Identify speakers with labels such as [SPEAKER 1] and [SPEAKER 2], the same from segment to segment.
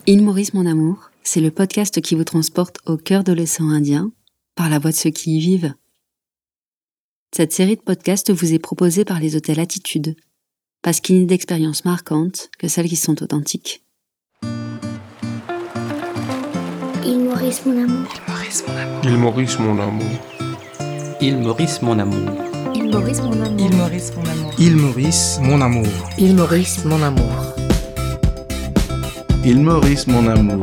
[SPEAKER 1] Île Maurice, mon amour, c'est le podcast qui vous transporte au cœur de l'océan Indien, par la voix de ceux qui y vivent. Cette série de podcasts vous est proposée par les hôtels Attitude, parce qu'il n'y a d'expériences marquantes que celles qui sont authentiques.
[SPEAKER 2] Île Maurice, mon amour.
[SPEAKER 3] Île Maurice, mon amour.
[SPEAKER 4] Île Maurice, mon amour.
[SPEAKER 2] Île Maurice, mon amour.
[SPEAKER 5] Île Maurice, mon amour.
[SPEAKER 6] Île Maurice, mon amour.
[SPEAKER 5] Île Maurice, mon amour.
[SPEAKER 3] Île Maurice, mon amour.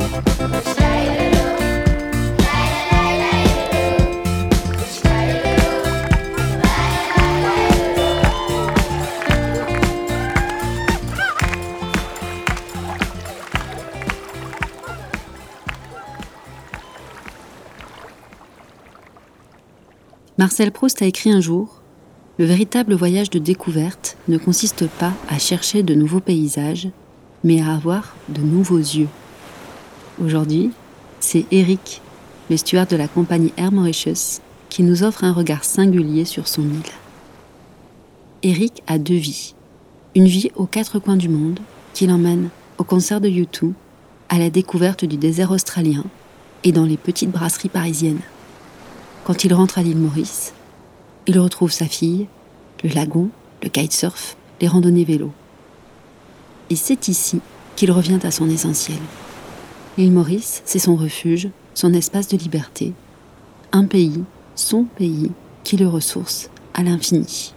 [SPEAKER 1] Marcel Proust a écrit un jour « Le véritable voyage de découverte ne consiste pas à chercher de nouveaux paysages, mais à avoir de nouveaux yeux. » Aujourd'hui, c'est Eric, le steward de la compagnie Air Mauritius, qui nous offre un regard singulier sur son île. Eric a 2 vies. Une vie aux 4 coins du monde, qui l'emmène au concert de U2, à la découverte du désert australien et dans les petites brasseries parisiennes. Quand il rentre à l'île Maurice, il retrouve sa fille, le lagon, le kitesurf, les randonnées vélo. Et c'est ici qu'il revient à son essentiel. L'île Maurice, c'est son refuge, son espace de liberté. Un pays, son pays, qui le ressource à l'infini.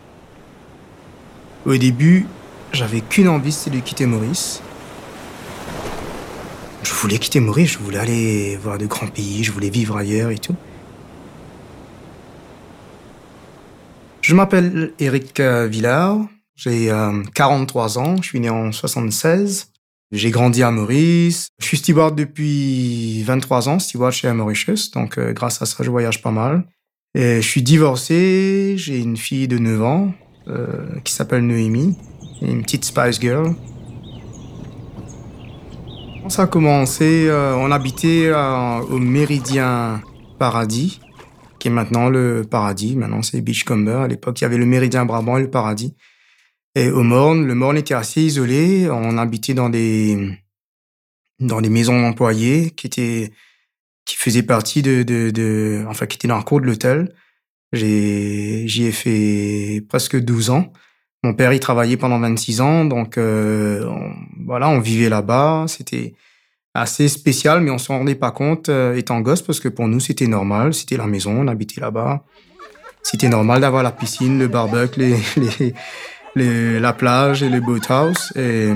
[SPEAKER 6] Au début, j'avais qu'une envie, c'était de quitter Maurice. Je voulais quitter Maurice, je voulais aller voir de grands pays, je voulais vivre ailleurs et tout. Je m'appelle Eric Villard, j'ai 43 ans, je suis né en 76. J'ai grandi à Maurice. Je suis steward depuis 23 ans, steward chez Air Mauritius, donc grâce à ça, je voyage pas mal. Et je suis divorcé, j'ai une fille de 9 ans qui s'appelle Noémie, une petite Spice Girl. Ça a commencé, on habitait au Méridien Paradis, qui est maintenant le Paradis. Maintenant, c'est Beachcomber. À l'époque, il y avait le Méridien Brabant et le Paradis. Et au Morne, le Morne était assez isolé. On habitait dans des maisons d'employés qui faisaient partie qui étaient dans la cour de l'hôtel. J'y ai fait presque 12 ans. Mon père y travaillait pendant 26 ans. Donc, on vivait là-bas. C'était assez spécial, mais on s'en rendait pas compte étant gosse, parce que pour nous, c'était normal. C'était la maison, on habitait là-bas. C'était normal d'avoir la piscine, le barbecue, la plage et le boathouse. Et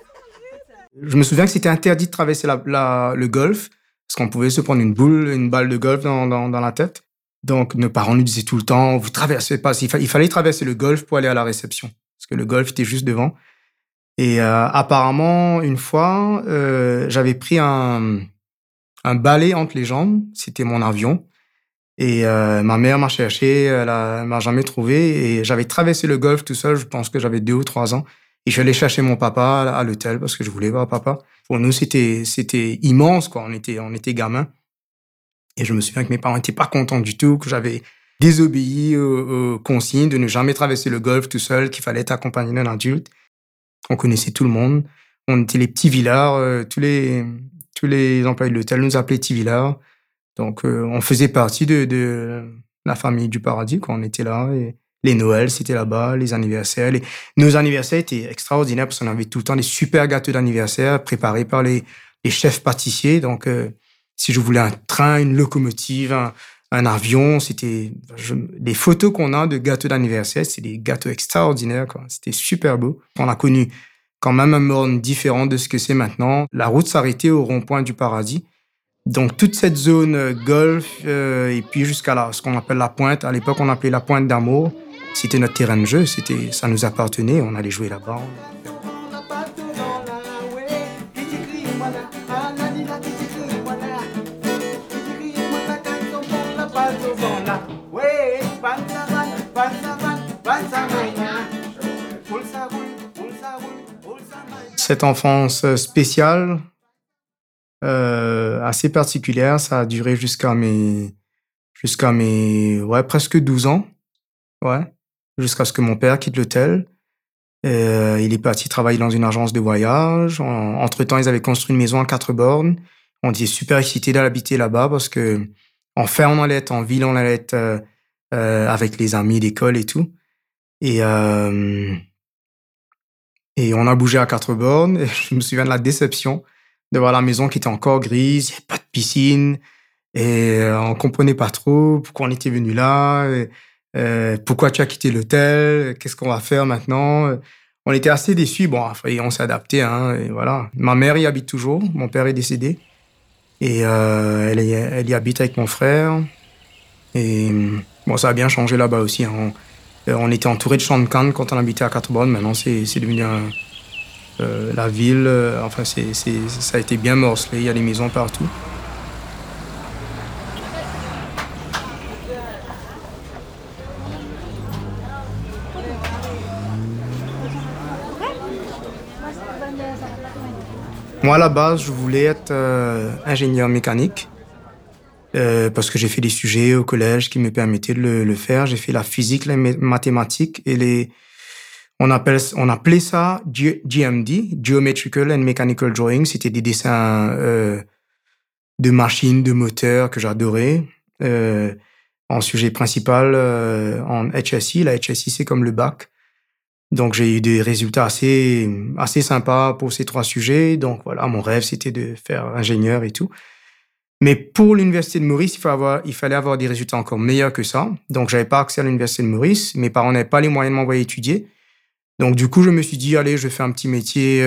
[SPEAKER 6] je me souviens que c'était interdit de traverser le golfe, parce qu'on pouvait se prendre une balle de golf dans la tête. Donc, nos parents nous disaient tout le temps, vous traversez pas. Il fallait traverser le golfe pour aller à la réception, parce que le golfe était juste devant. Et apparemment, une fois, j'avais pris un balai entre les jambes. C'était mon avion. Et ma mère m'a cherché, elle m'a jamais trouvé. Et j'avais traversé le golfe tout seul, je pense que j'avais 2 ou 3 ans. Et je suis allé chercher mon papa à l'hôtel parce que je voulais voir papa. Pour nous, c'était immense, quoi. On était gamins. Et je me souviens que mes parents n'étaient pas contents du tout, que j'avais désobéi aux consignes de ne jamais traverser le golfe tout seul, qu'il fallait être accompagné d'un adulte. On connaissait tout le monde. On était les petits Villards. Tous les employés de l'hôtel nous appelaient petits Villards. Donc, on faisait partie de la famille du Paradis quand on était là. Et les Noëls, c'était là-bas, les anniversaires. Nos anniversaires étaient extraordinaires parce qu'on avait tout le temps des super gâteaux d'anniversaire préparés par les chefs pâtissiers. Donc, si je voulais un train, une locomotive, un avion, les photos qu'on a de gâteaux d'anniversaire, c'est des gâteaux extraordinaires, quoi. C'était super beau. On a connu quand même un monde différent de ce que c'est maintenant. La route s'arrêtait au rond-point du Paradis. Donc, toute cette zone golf, et puis jusqu'à ce qu'on appelle la pointe. À l'époque, on appelait la pointe d'amour. C'était notre terrain de jeu. Ça nous appartenait. On allait jouer là-bas. Cette enfance spéciale, assez particulière, ça a duré jusqu'à mes presque 12 ans. Ouais. Jusqu'à ce que mon père quitte l'hôtel. Il est parti travailler dans une agence de voyage. Entre-temps, ils avaient construit une maison à 4 bornes. On était super excités d'habiter là-bas parce que enfin, on allait être en ville, on allait être avec les amis d'école et tout. Et on a bougé à 4 bornes. Et je me souviens de la déception de voir la maison qui était encore grise, il n'y avait pas de piscine. Et on comprenait pas trop pourquoi on était venu là, pourquoi tu as quitté l'hôtel, qu'est-ce qu'on va faire maintenant. On était assez déçus. Bon, après, on s'est adapté, hein, et voilà. Ma mère y habite toujours, mon père est décédé. Et elle y habite avec mon frère. Et bon, ça a bien changé là-bas aussi. Hein. On était entouré de champs de canne quand on habitait à 4 bornes. Maintenant, c'est devenu la ville. Enfin, ça a été bien morcelé. Il y a des maisons partout. Moi, à la base, je voulais être ingénieur mécanique parce que j'ai fait des sujets au collège qui me permettaient de le faire. J'ai fait la physique, les mathématiques et on appelait ça GMD, Geometrical and Mechanical Drawing. C'était des dessins de machines, de moteurs que j'adorais. En sujet principal, en HSI. La HSI, c'est comme le bac. Donc, j'ai eu des résultats assez sympas pour ces 3 sujets. Donc, voilà, mon rêve, c'était de faire ingénieur et tout. Mais pour l'Université de Maurice, il fallait avoir des résultats encore meilleurs que ça. Donc, j'avais pas accès à l'Université de Maurice. Mes parents n'avaient pas les moyens de m'envoyer étudier. Donc, du coup, je me suis dit, allez, je vais faire un petit métier.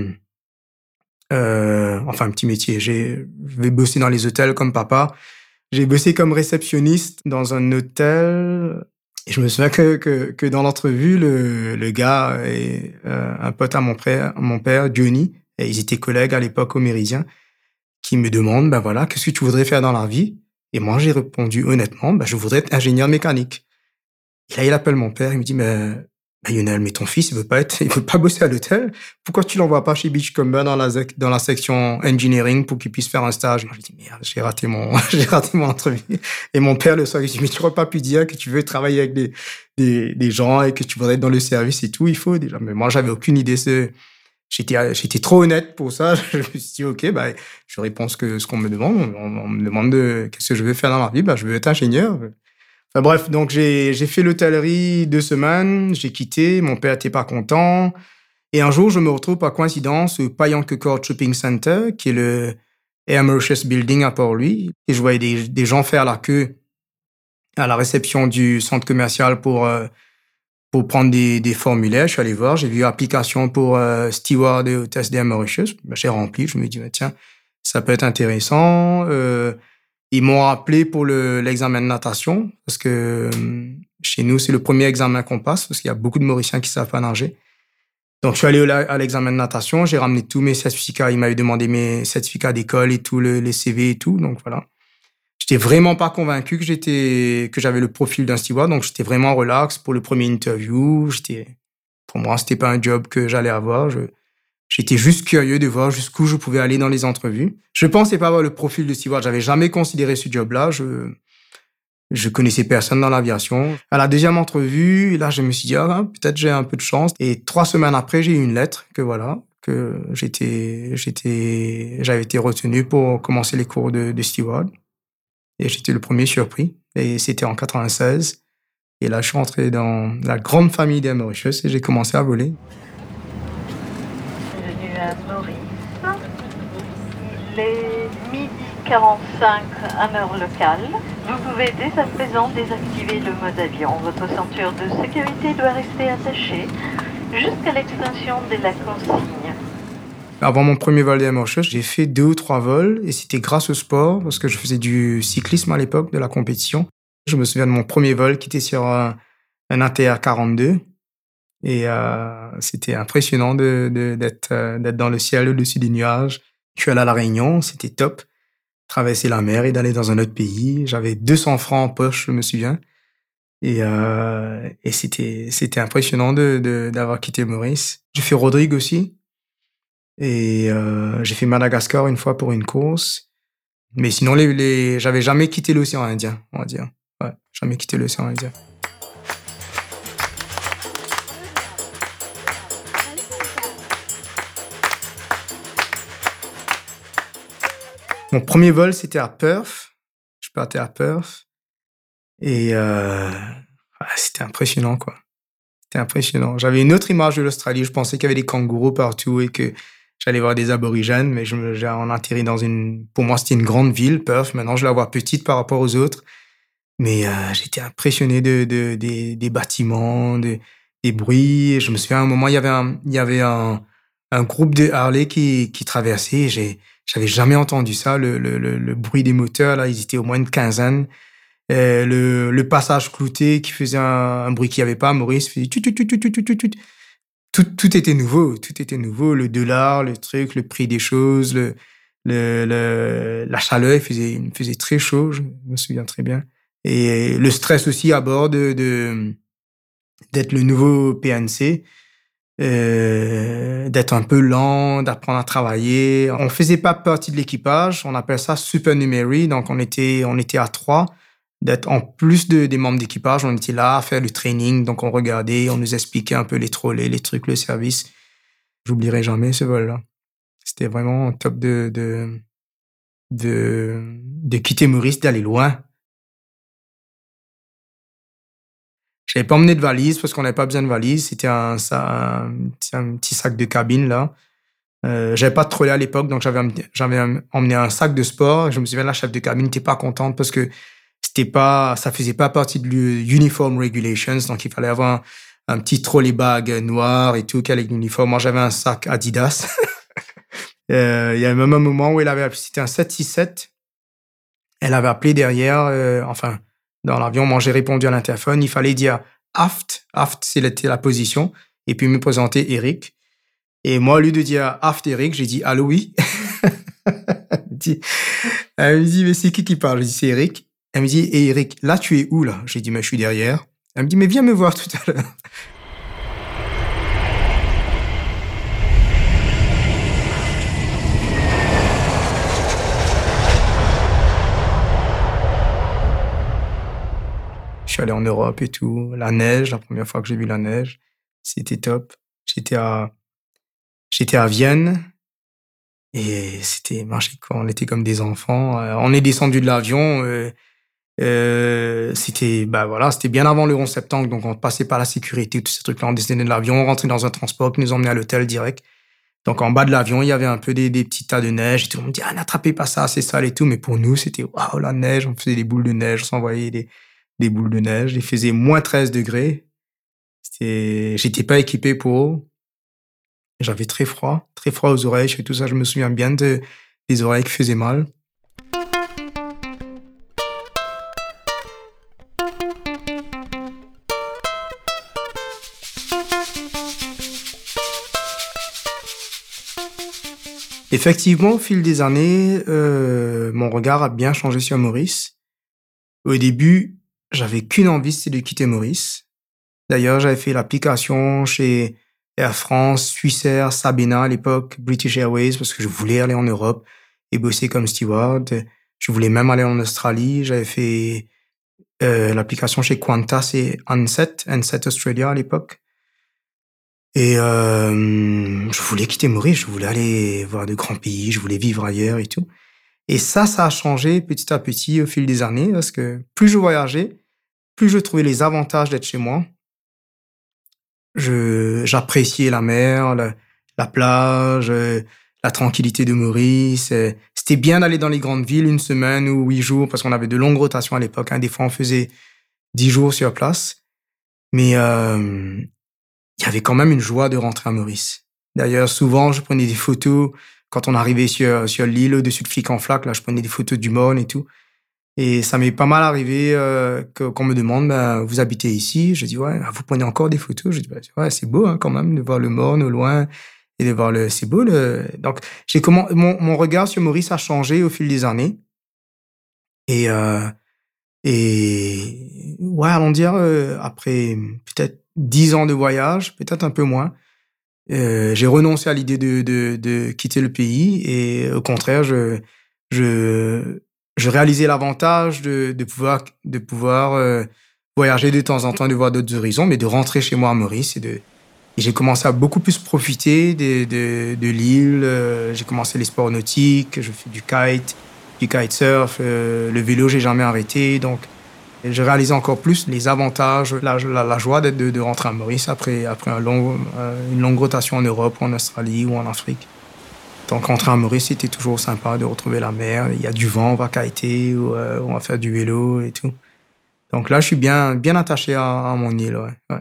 [SPEAKER 6] Un petit métier. Je vais bosser dans les hôtels comme papa. J'ai bossé comme réceptionniste dans un hôtel. Et je me souviens que dans l'entrevue, le gars est un pote à mon père, Johnny, et ils étaient collègues à l'époque au Méridien, qui me demande, ben voilà, qu'est-ce que tu voudrais faire dans la vie? Et moi, j'ai répondu honnêtement, ben je voudrais être ingénieur mécanique. Et là, il appelle mon père, il me dit, mais Lionel, mais ton fils, il veut pas bosser à l'hôtel. Pourquoi tu l'envoies pas chez Beachcomber dans la section engineering pour qu'il puisse faire un stage? Moi, j'ai dit, merde, j'ai raté mon entrevue. Et mon père, le soir, il dit, mais tu n'aurais pas pu dire que tu veux travailler avec des gens et que tu voudrais être dans le service et tout, il faut déjà. Mais moi, j'avais aucune idée. J'étais trop honnête pour ça. Je me suis dit, OK, je réponds ce qu'on me demande. On me demande qu'est-ce que je veux faire dans ma vie. Je veux être ingénieur. Enfin, bref, donc j'ai fait l'hôtellerie 2 semaines, j'ai quitté, mon père n'était pas content. Et un jour, je me retrouve par coïncidence au Payanque Court Shopping Center, qui est le Air Mauritius Building à Port-Louis. Et je voyais des gens faire la queue à la réception du centre commercial pour prendre des formulaires. Je suis allé voir, j'ai vu application pour steward et hôtesse d'Air Mauritius. J'ai rempli, je me dis, tiens, ça peut être intéressant. Ils m'ont appelé pour l'examen de natation, parce que chez nous, c'est le premier examen qu'on passe, parce qu'il y a beaucoup de Mauriciens qui ne savent pas nager. Donc, je suis allé à l'examen de natation, j'ai ramené tous mes certificats. Ils m'avaient demandé mes certificats d'école et tout, les CV et tout. Donc, voilà. J'étais vraiment pas convaincu que j'avais le profil d'un steward, donc j'étais vraiment relax pour le premier interview. Pour moi, c'était pas un job que j'allais avoir. J'étais juste curieux de voir jusqu'où je pouvais aller dans les entrevues. Je pensais pas avoir le profil de steward. J'avais jamais considéré ce job-là. Je connaissais personne dans l'aviation. À la deuxième entrevue, là, je me suis dit, peut-être j'ai un peu de chance. Et 3 semaines après, j'ai eu une lettre que j'avais été retenu pour commencer les cours de steward. Et j'étais le premier surpris. Et c'était en 96. Et là, je suis rentré dans la grande famille d'Air Mauritius et j'ai commencé à voler.
[SPEAKER 7] Bienvenue à Maurice. Il est 12h45 à l'heure locale. Vous pouvez dès à présent désactiver le mode avion. Votre ceinture de sécurité doit rester attachée jusqu'à l'extinction de la consigne.
[SPEAKER 6] Avant mon premier vol d'Air Mauritius, j'ai fait 2 ou 3 vols et c'était grâce au sport parce que je faisais du cyclisme à l'époque, de la compétition. Je me souviens de mon premier vol qui était sur un ATR 42 et c'était impressionnant d'être dans le ciel au-dessus des nuages. Je suis allé à La Réunion, c'était top. Traverser la mer et d'aller dans un autre pays. J'avais 200 francs en poche, je me souviens. Et c'était impressionnant d'avoir quitté Maurice. J'ai fait Rodrigue aussi. Et j'ai fait Madagascar une fois pour une course. Mais sinon, j'avais jamais quitté l'océan Indien, on va dire. はい、jamais quitté l'océan Indien. Mon premier vol, c'était à Perth. Je partais à Perth. Et c'était impressionnant, quoi. C'était impressionnant. J'avais une autre image de l'Australie. Je pensais qu'il y avait des kangourous partout et que j'allais voir des aborigènes, mais j'ai atterri dans pour moi, c'était une grande ville, Perth. Maintenant, je la vois petite par rapport aux autres. Mais j'étais impressionné des bâtiments, des bruits. Et je me souviens, à un moment, il y avait un groupe de Harley qui traversait. J'avais jamais entendu ça, le bruit des moteurs. Là, ils étaient au moins une quinzaine. Le passage clouté qui faisait un bruit qu'il n'y avait pas, Maurice faisait tout était nouveau, le dollar, le truc, le prix des choses, la chaleur, il faisait très chaud, je me souviens très bien. Et le stress aussi à bord d'être le nouveau PNC, d'être un peu lent, d'apprendre à travailler. On faisait pas partie de l'équipage, on appelle ça supernumerary, donc on était à 3. D'être en plus des membres d'équipage, on était là à faire du training, donc on regardait, on nous expliquait un peu les trolleys, les trucs, le service. J'oublierai jamais ce vol-là. C'était vraiment top de quitter Maurice, d'aller loin. J'avais pas emmené de valise parce qu'on n'avait pas besoin de valise. C'était un petit sac de cabine là. J'avais pas de trolley à l'époque, donc j'avais emmené un sac de sport. Je me souviens, la chef de cabine n'était pas contente parce que ça faisait pas partie de l'uniform regulations, donc il fallait avoir un petit trolley bag noir et tout, avec l'uniforme. Moi, j'avais un sac Adidas. Il y a même un moment où c'était un 767. Elle avait appelé derrière, dans l'avion, moi, j'ai répondu à l'interphone. Il fallait dire aft. Aft, c'était la position. Et puis, me présenter Eric. Et moi, au lieu de dire aft Eric, j'ai dit allô, oui. Elle me dit, mais c'est qui parle? Je dis, c'est Eric. Elle me dit, et Eric, là, tu es où, là? J'ai dit, mais je suis derrière. Elle me dit, mais viens me voir tout à l'heure. Je suis allé en Europe et tout. La neige, la première fois que j'ai vu la neige, c'était top. J'étais à Vienne. Et c'était magique, quoi. On était comme des enfants. On est descendu de l'avion. C'était bien avant le 11 septembre, donc on passait par la sécurité, tous ces trucs-là. On descendait de l'avion, on rentrait dans un transport qui nous emmenait à l'hôtel direct. Donc en bas de l'avion, il y avait un peu des petits tas de neige. Et tout le monde dit, n'attrapez pas ça, c'est sale et tout. Mais pour nous, c'était waouh, la neige. On faisait des boules de neige, on s'envoyait des boules de neige. Il faisait moins 13 degrés. J'étais pas équipé pour. J'avais très froid aux oreilles et tout ça. Je me souviens bien des oreilles qui faisaient mal. Effectivement, au fil des années, mon regard a bien changé sur Maurice. Au début, j'avais qu'une envie, c'était de quitter Maurice. D'ailleurs, j'avais fait l'application chez Air France, Swissair, Sabena à l'époque, British Airways, parce que je voulais aller en Europe et bosser comme steward. Je voulais même aller en Australie. J'avais fait l'application chez Qantas et Ansett Australia à l'époque. Et je voulais quitter Maurice, je voulais aller voir de grands pays, je voulais vivre ailleurs et tout. Et ça a changé petit à petit au fil des années, parce que plus je voyageais, plus je trouvais les avantages d'être chez moi. J'appréciais la mer, la plage, la tranquillité de Maurice. C'était bien d'aller dans les grandes villes 1 semaine ou 8 jours, parce qu'on avait de longues rotations à l'époque. Des fois, on faisait 10 jours sur place. Mais il y avait quand même une joie de rentrer à Maurice. D'ailleurs, souvent, je prenais des photos quand on arrivait sur l'île au-dessus de Flic-en-Flac. Là, je prenais des photos du Morne et tout. Et ça m'est pas mal arrivé qu'on me demande, vous habitez ici? Je dis, ouais, vous prenez encore des photos? Je dis, ouais, c'est beau quand même de voir le Morne au loin et de voir c'est beau. Donc, mon regard sur Maurice a changé au fil des années. Et ouais, allons dire, après peut-être 10 ans de voyage, peut-être un peu moins, j'ai renoncé à l'idée de quitter le pays et au contraire, je réalisais l'avantage de pouvoir voyager de temps en temps, de voir d'autres horizons, mais de rentrer chez moi à Maurice et j'ai commencé à beaucoup plus profiter de l'île. J'ai commencé les sports nautiques, je fais du kite, du kitesurf, le vélo, j'ai jamais arrêté. Donc, je réalise encore plus les avantages, la joie de rentrer à Maurice après une longue rotation en Europe ou en Australie ou en Afrique. Donc, rentrer à Maurice, c'était toujours sympa de retrouver la mer. Il y a du vent, on va kiter, ou on va faire du vélo et tout. Donc là, je suis bien attaché à mon île. Ouais.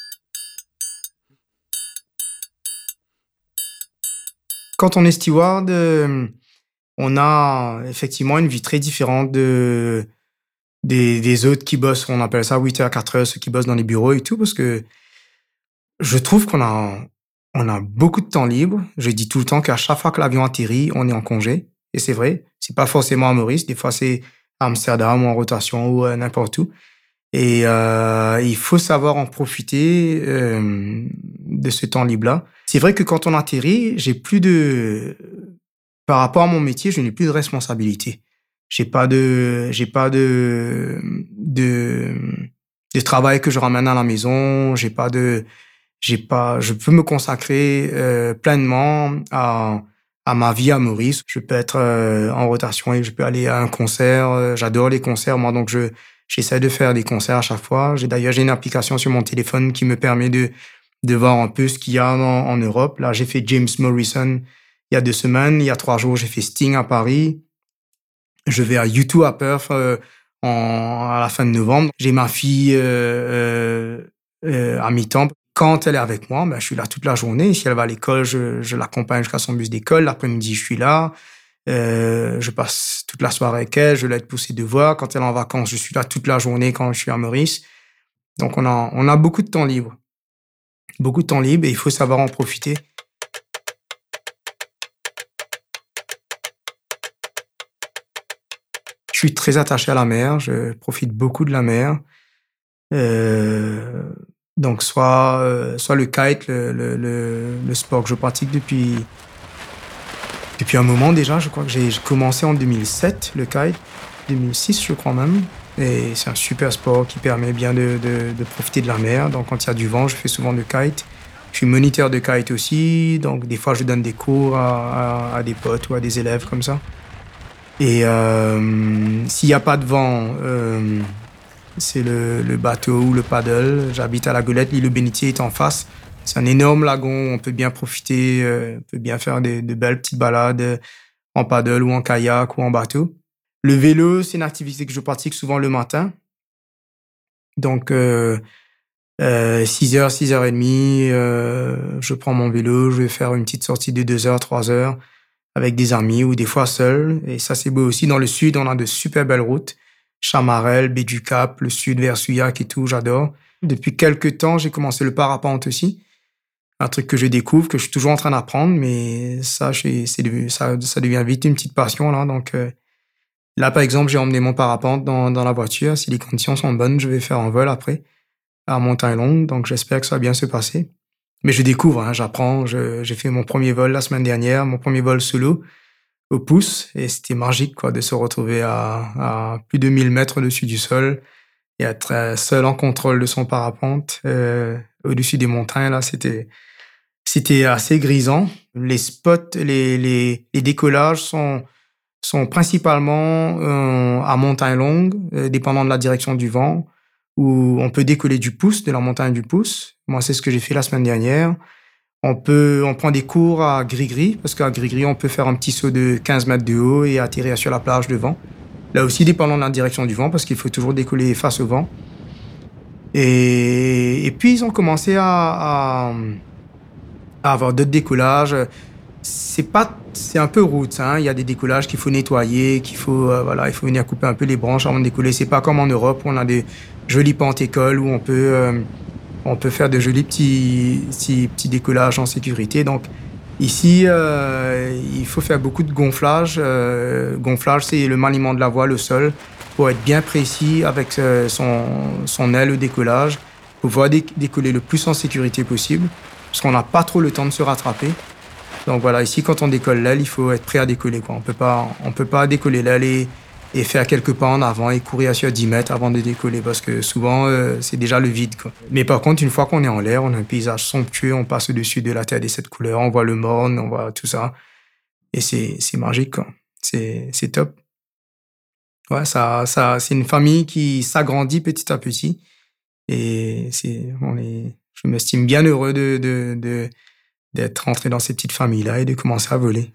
[SPEAKER 6] Quand on est steward, on a effectivement une vie très différente des autres qui bossent, on appelle ça 8 heures, 4 heures, ceux qui bossent dans les bureaux et tout, parce que je trouve qu'on a beaucoup de temps libre. Je dis tout le temps qu'à chaque fois que l'avion atterrit, on est en congé. Et c'est vrai, c'est pas forcément à Maurice. Des fois, c'est à Amsterdam ou en rotation ou n'importe où. Et il faut savoir en profiter de ce temps libre-là. C'est vrai que quand on atterrit, par rapport à mon métier, je n'ai plus de responsabilité. J'ai pas de travail que je ramène à la maison. Je peux me consacrer pleinement à ma vie à Maurice. Je peux être en rotation et je peux aller à un concert. J'adore les concerts, moi, donc j'essaie de faire des concerts à chaque fois. D'ailleurs, j'ai une application sur mon téléphone qui me permet de voir un peu ce qu'il y a en Europe. Là, j'ai fait James Morrison il y a 2 semaines. Il y a 3 jours, j'ai fait Sting à Paris. Je vais à U2 à Perth à la fin de novembre. J'ai ma fille à mi-temps. Quand elle est avec moi, je suis là toute la journée. Si elle va à l'école, je l'accompagne jusqu'à son bus d'école. L'après-midi, je suis là. Je passe toute la soirée avec elle. Je l'aide pour ses devoirs. Quand elle est en vacances, je suis là toute la journée quand je suis à Maurice. Donc, on a beaucoup de temps libre. Beaucoup de temps libre et il faut savoir en profiter. Je suis très attaché à la mer. Je profite beaucoup de la mer. Donc, soit le kite, le sport que je pratique depuis un moment déjà. Je crois que j'ai commencé en 2007, le kite. 2006, je crois même. Et c'est un super sport qui permet bien de profiter de la mer. Donc, quand il y a du vent, je fais souvent le kite. Je suis moniteur de kite aussi. Donc, des fois, je donne des cours à des potes ou à des élèves comme ça. Et s'il n'y a pas de vent, c'est le bateau ou le paddle. J'habite à La Golette, l'île Bénitier est en face. C'est un énorme lagon, on peut bien profiter, on peut bien faire de belles petites balades en paddle ou en kayak ou en bateau. Le vélo, c'est une activité que je pratique souvent le matin. Donc, 6h, 6h30, je prends mon vélo, je vais faire une petite sortie de 2 heures, 3 heures avec des amis ou des fois seul. Et ça, c'est beau aussi. Dans le sud, on a de super belles routes. Chamarel, Baie du Cap, le sud vers Souillac et tout, j'adore. Depuis quelques temps, j'ai commencé le parapente aussi. Un truc que je découvre, que je suis toujours en train d'apprendre, mais ça devient vite une petite passion, là. Donc, là, par exemple, j'ai emmené mon parapente dans la voiture. Si les conditions sont bonnes, je vais faire un vol après, à montagne longue. Donc, j'espère que ça va bien se passer. Mais je découvre, j'apprends. J'ai fait mon premier vol la semaine dernière, mon premier vol solo au pouce. Et c'était magique, quoi, de se retrouver à plus de 1000 mètres au-dessus du sol et être seul en contrôle de son parapente au-dessus des montagnes. Là, c'était assez grisant. Les spots, les décollages sont principalement à montagne longue, dépendant de la direction du vent, où on peut décoller du pouce, de la montagne du pouce. Moi, c'est ce que j'ai fait la semaine dernière. On prend des cours à Grigri, parce qu'à Grigri, on peut faire un petit saut de 15 mètres de haut et atterrir sur la plage devant. Là aussi, dépendant de la direction du vent, parce qu'il faut toujours décoller face au vent. Et puis, ils ont commencé à avoir d'autres décollages. C'est un peu route, hein. Il y a des décollages qu'il faut nettoyer, il faut venir couper un peu les branches avant de décoller. C'est pas comme en Europe où on a des jolies pentes écoles où on peut faire de jolis petits décollages en sécurité. Donc ici, il faut faire beaucoup de gonflage. Gonflage, c'est le maniement de la voile au sol pour être bien précis avec son aile au décollage, pour pouvoir décoller le plus en sécurité possible, parce qu'on n'a pas trop le temps de se rattraper. Donc voilà, ici, quand on décolle l'aile, il faut être prêt à décoller, quoi. On peut pas décoller l'aile et faire quelques pas en avant et courir sur 10 mètres avant de décoller, parce que souvent, c'est déjà le vide, quoi. Mais par contre, une fois qu'on est en l'air, on a un paysage somptueux, on passe au-dessus de la Terre des 7 couleurs, on voit le Morne, on voit tout ça. Et c'est magique, quoi. C'est top. Ouais, c'est une famille qui s'agrandit petit à petit. Et je m'estime bien heureux d'être rentré dans ces petites familles-là et de commencer à voler.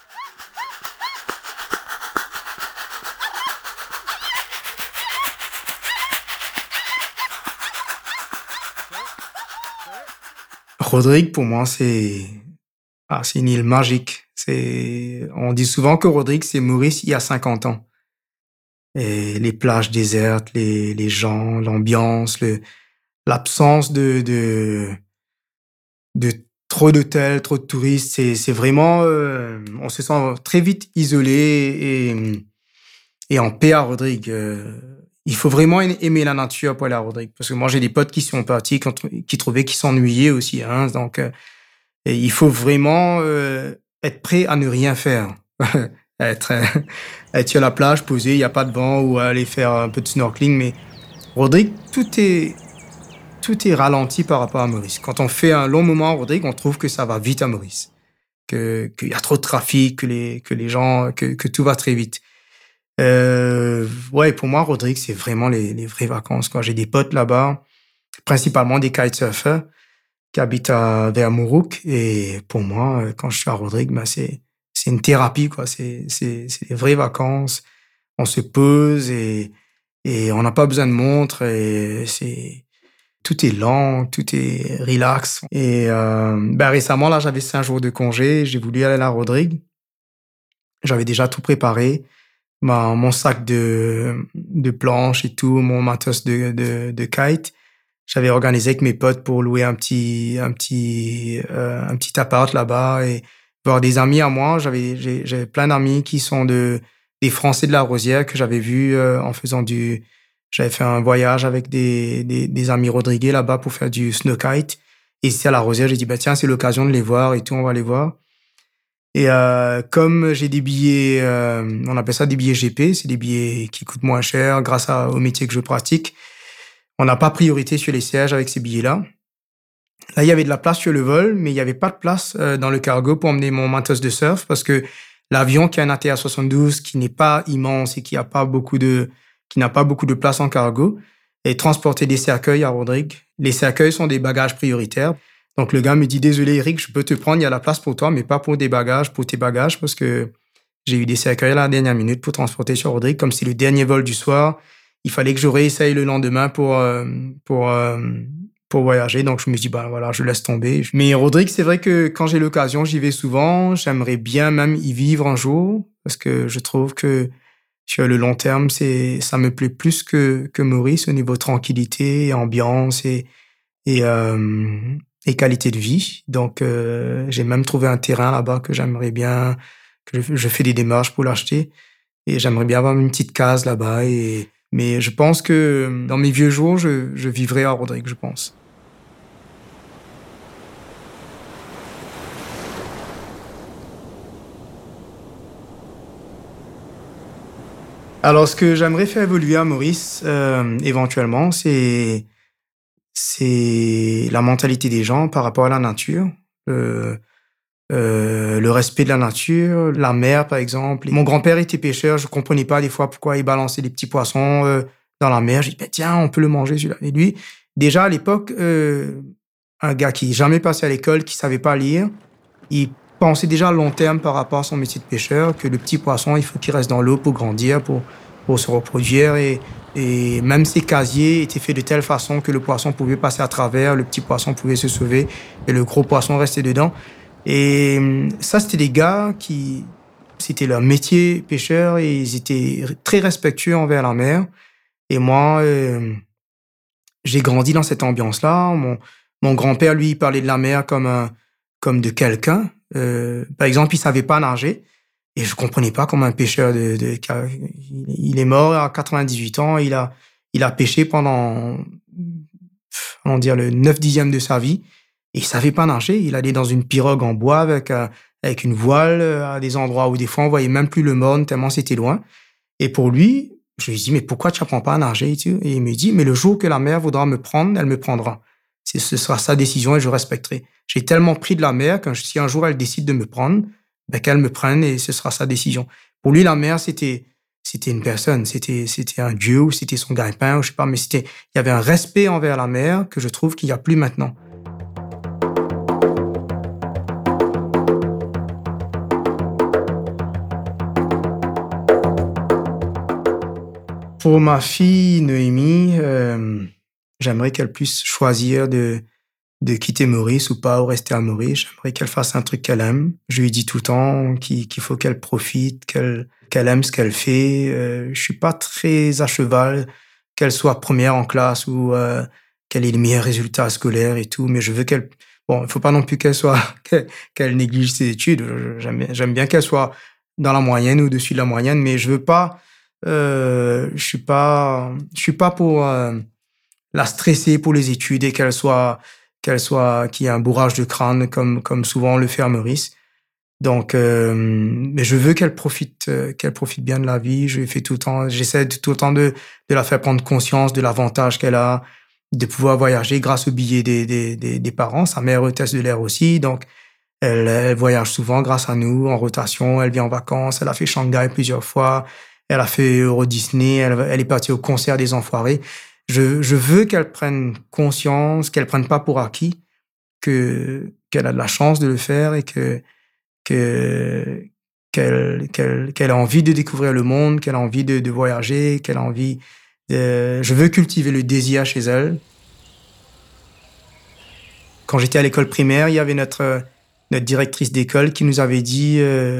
[SPEAKER 6] Rodrigue, pour moi, c'est une île magique. On dit souvent que Rodrigue, c'est Maurice il y a 50 ans. Et les plages désertes, les gens, l'ambiance, l'absence de trop d'hôtels, trop de touristes, c'est vraiment, on se sent très vite isolé et en paix à Rodrigue. Il faut vraiment aimer la nature pour aller à Rodrigue, parce que moi j'ai des potes qui sont partis, qui trouvaient qu'ils s'ennuyaient aussi, hein, donc et il faut vraiment être prêt à ne rien faire. être sur la plage, posé, il n'y a pas de vent, ou aller faire un peu de snorkeling, mais Rodrigue, tout est ralenti par rapport à Maurice. Quand on fait un long moment à Rodrigue, on trouve que ça va vite à Maurice, qu'il y a trop de trafic, que les gens, que tout va très vite. Ouais, pour moi, Rodrigue, c'est vraiment les vraies vacances, quoi. J'ai des potes là-bas, principalement des kitesurfers qui habitent vers Mourouk, et pour moi, quand je suis à Rodrigue, c'est une thérapie, quoi. C'est des vraies vacances. On se pose et on n'a pas besoin de montre, et tout est lent, tout est relax. Et récemment, là, j'avais 5 jours de congé, j'ai voulu aller à Rodrigue. J'avais déjà tout préparé, mon sac de planches et tout, mon matos de kite. J'avais organisé avec mes potes pour louer un petit appart là-bas et voir des amis à moi. J'ai plein d'amis qui sont des Français de la Rosière que j'avais vus en faisant j'avais fait un voyage avec des amis rodriguais là-bas pour faire du snow kite. Et c'était à la Rosière, j'ai dit, tiens, c'est l'occasion de les voir et tout, on va les voir. Et comme j'ai des billets, on appelle ça des billets GP, c'est des billets qui coûtent moins cher grâce au métier que je pratique. On n'a pas priorité sur les sièges avec ces billets-là. Là, il y avait de la place sur le vol, mais il n'y avait pas de place dans le cargo pour emmener mon matos de surf, parce que l'avion qui a un ATR-72 qui n'est pas immense et qui n'a pas beaucoup de place en cargo, et transporter des cercueils à Rodrigue. Les cercueils sont des bagages prioritaires. Donc le gars me dit, désolé Eric, je peux te prendre, il y a la place pour toi, mais pas pour tes bagages, parce que j'ai eu des cercueils à la dernière minute pour transporter sur Rodrigue. Comme c'est le dernier vol du soir, il fallait que je réessaye le lendemain pour voyager. Donc je me dis, voilà, je laisse tomber. Mais Rodrigue, c'est vrai que quand j'ai l'occasion, j'y vais souvent. J'aimerais bien même y vivre un jour, parce que je trouve que sur le long terme, ça me plaît plus que Maurice au niveau tranquillité, ambiance et qualité de vie. Donc, j'ai même trouvé un terrain là-bas que j'aimerais bien, que je fais des démarches pour l'acheter. Et j'aimerais bien avoir une petite case là-bas. Mais je pense que dans mes vieux jours, je vivrai à Rodrigue, je pense. Alors, ce que j'aimerais faire évoluer à Maurice, éventuellement, c'est la mentalité des gens par rapport à la nature, le respect de la nature, la mer, par exemple. Mon grand-père était pêcheur, je comprenais pas des fois pourquoi il balançait des petits poissons dans la mer. J'ai dit, tiens, on peut le manger, celui-là. Et lui, déjà à l'époque, un gars qui n'est jamais passé à l'école, qui savait pas lire, il pensait déjà à long terme par rapport à son métier de pêcheur, que le petit poisson, il faut qu'il reste dans l'eau pour grandir, pour se reproduire. Et même ses casiers étaient faits de telle façon que le poisson pouvait passer à travers, le petit poisson pouvait se sauver et le gros poisson restait dedans. Et ça, c'était des gars c'était leur métier pêcheur et ils étaient très respectueux envers la mer. Et moi, j'ai grandi dans cette ambiance-là. Mon grand-père, lui, il parlait de la mer comme de quelqu'un. Par exemple, il savait pas nager. Et je comprenais pas comment un pêcheur il est mort à 98 ans, il a pêché pendant, on dire, le 9/10 de sa vie, et il savait pas nager. Il allait dans une pirogue en bois avec une voile à des endroits où des fois on voyait même plus le morne tellement c'était loin. Et pour lui, je lui dis, mais pourquoi tu apprends pas à nager? Et il me dit, mais le jour que la mer voudra me prendre, elle me prendra. Ce sera sa décision et je respecterai. J'ai tellement pris de la mer que si un jour elle décide de me prendre, qu'elle me prenne et ce sera sa décision. Pour lui, la mer, c'était c'était une personne, c'était un dieu ou c'était son gagne-pain, ou je sais pas, mais il y avait un respect envers la mer que je trouve qu'il n'y a plus maintenant. Pour ma fille Noémie, j'aimerais qu'elle puisse choisir de quitter Maurice ou pas, ou rester à Maurice. J'aimerais qu'elle fasse un truc qu'elle aime. Je lui dis tout le temps qu'il faut qu'elle profite, qu'elle aime ce qu'elle fait. Je suis pas très à cheval qu'elle soit première en classe ou qu'elle ait les meilleurs résultats scolaires et tout, mais je veux qu'elle... Bon, il faut pas non plus qu'elle néglige ses études. J'aime bien qu'elle soit dans la moyenne ou au-dessus de la moyenne, mais je veux pas... je suis pas pour la stresser pour les études et qu'il y ait un bourrage de crâne comme souvent on le fait à Maurice. Donc, mais je veux qu'elle profite bien de la vie. J'essaie tout le temps de la faire prendre conscience de l'avantage qu'elle a de pouvoir voyager grâce au billet des parents. Sa mère est hôtesse de l'air aussi, donc elle voyage souvent grâce à nous en rotation. Elle vient en vacances. Elle a fait Shanghai plusieurs fois. Elle a fait Euro Disney. Elle est partie au concert des Enfoirés. Je veux qu'elle prenne conscience, qu'elle prenne pas pour acquis qu'elle a de la chance de le faire et qu'elle a envie de découvrir le monde, qu'elle a envie de voyager, qu'elle a envie je veux cultiver le désir chez elle. Quand j'étais à l'école primaire, il y avait notre directrice d'école qui nous avait dit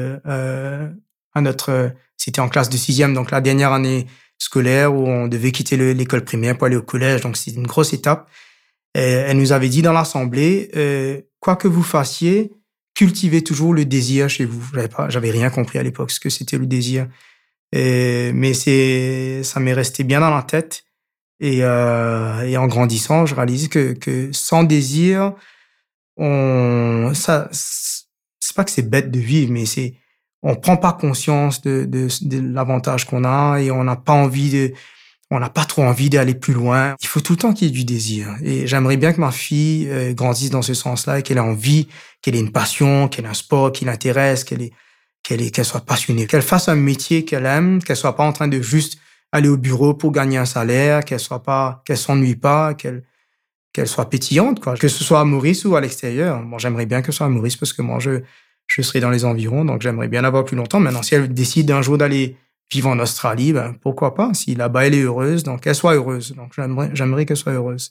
[SPEAKER 6] c'était en classe de 6e, donc la dernière année scolaire où on devait quitter l'école primaire pour aller au collège, donc c'était une grosse étape. Et elle nous avait dit dans l'assemblée, quoi que vous fassiez, cultivez toujours le désir chez vous. J'avais rien compris à l'époque ce que c'était le désir, mais ça m'est resté bien dans la tête. Et en grandissant, je réalise que sans désir, c'est pas que c'est bête de vivre, mais on prend pas conscience de l'avantage qu'on a et on n'a pas trop envie d'aller plus loin. Il faut tout le temps qu'il y ait du désir. Et j'aimerais bien que ma fille grandisse dans ce sens-là et qu'elle ait envie, qu'elle ait une passion, qu'elle ait un sport qui l'intéresse, qu'elle soit passionnée, qu'elle fasse un métier qu'elle aime, qu'elle soit pas en train de juste aller au bureau pour gagner un salaire, qu'elle s'ennuie pas, qu'elle soit pétillante, quoi. Que ce soit à Maurice ou à l'extérieur. Bon, j'aimerais bien que ce soit à Maurice parce que moi, je serai dans les environs, donc j'aimerais bien avoir plus longtemps. Maintenant, si elle décide un jour d'aller vivre en Australie, ben, pourquoi pas? Si là-bas, elle est heureuse, donc qu'elle soit heureuse. Donc, j'aimerais qu'elle soit heureuse.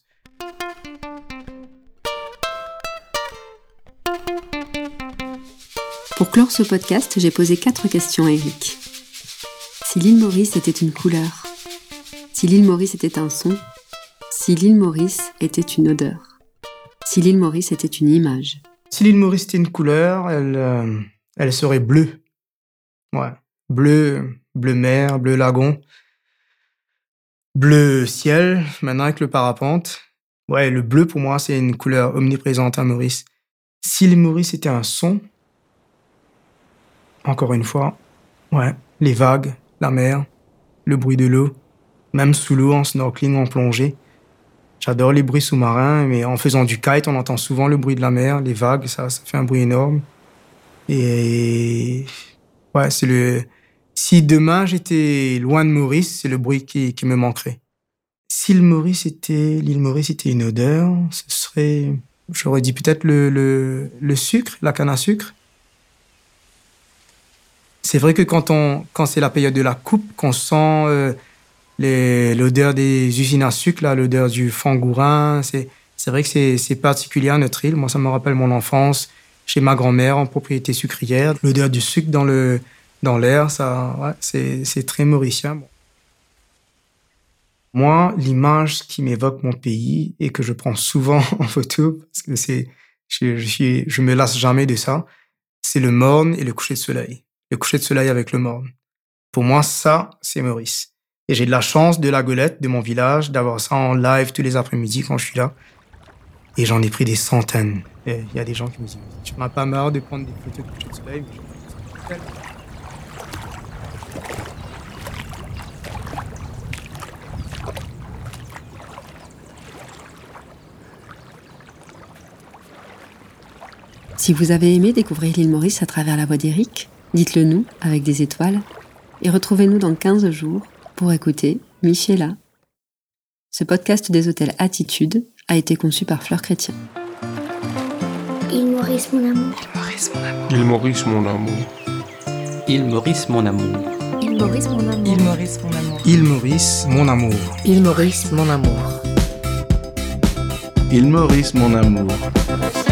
[SPEAKER 1] Pour clore ce podcast, j'ai posé 4 questions à Eric. Si l'île Maurice était une couleur, si l'île Maurice était un son, si l'île Maurice était une odeur, si l'île Maurice était une image.
[SPEAKER 6] Si l'île Maurice était une couleur, elle serait bleue. Ouais. Bleu mer, bleu lagon, bleu ciel, maintenant avec le parapente. Ouais, le bleu pour moi, c'est une couleur omniprésente à Maurice. Si l'île Maurice était un son, encore une fois, ouais, les vagues, la mer, le bruit de l'eau, même sous l'eau, en snorkeling, en plongée. J'adore les bruits sous-marins, mais en faisant du kite, on entend souvent le bruit de la mer, les vagues, ça fait un bruit énorme. Et ouais, si demain j'étais loin de Maurice, c'est le bruit qui me manquerait. Si l'île Maurice était une odeur, ce serait, j'aurais dit peut-être le sucre, la canne à sucre. C'est vrai que quand c'est la période de la coupe, qu'on sent l'odeur des usines à sucre, là, l'odeur du fangourin, c'est vrai que c'est particulier à notre île. Moi, ça me rappelle mon enfance chez ma grand-mère en propriété sucrière. L'odeur du sucre dans l'air, ça, ouais, c'est très mauricien. Bon. Moi, l'image qui m'évoque mon pays et que je prends souvent en photo, parce que je me lasse jamais de ça, c'est le morne et le coucher de soleil. Le coucher de soleil avec le morne. Pour moi, ça, c'est Maurice. Et j'ai de la chance de la Golette, de mon village, d'avoir ça en live tous les après-midi quand je suis là. Et j'en ai pris des centaines. Il y a des gens qui me disent « Tu n'en as pas marre de prendre des photos de coucher de soleil ?»
[SPEAKER 1] Si vous avez aimé découvrir l'île Maurice à travers la voix d'Eric, dites-le nous avec des étoiles et retrouvez-nous dans 15 jours pour écouter Michela. Ce podcast des hôtels Attitude a été conçu par Fleur Chrétien.
[SPEAKER 2] Île Maurice, mon amour.
[SPEAKER 3] Île Maurice, mon amour.
[SPEAKER 4] Île Maurice, mon amour.
[SPEAKER 2] Île Maurice, mon amour.
[SPEAKER 5] Île Maurice, mon amour.
[SPEAKER 6] Île Maurice, mon amour.
[SPEAKER 5] Île Maurice, mon amour.
[SPEAKER 3] Île Maurice, mon amour.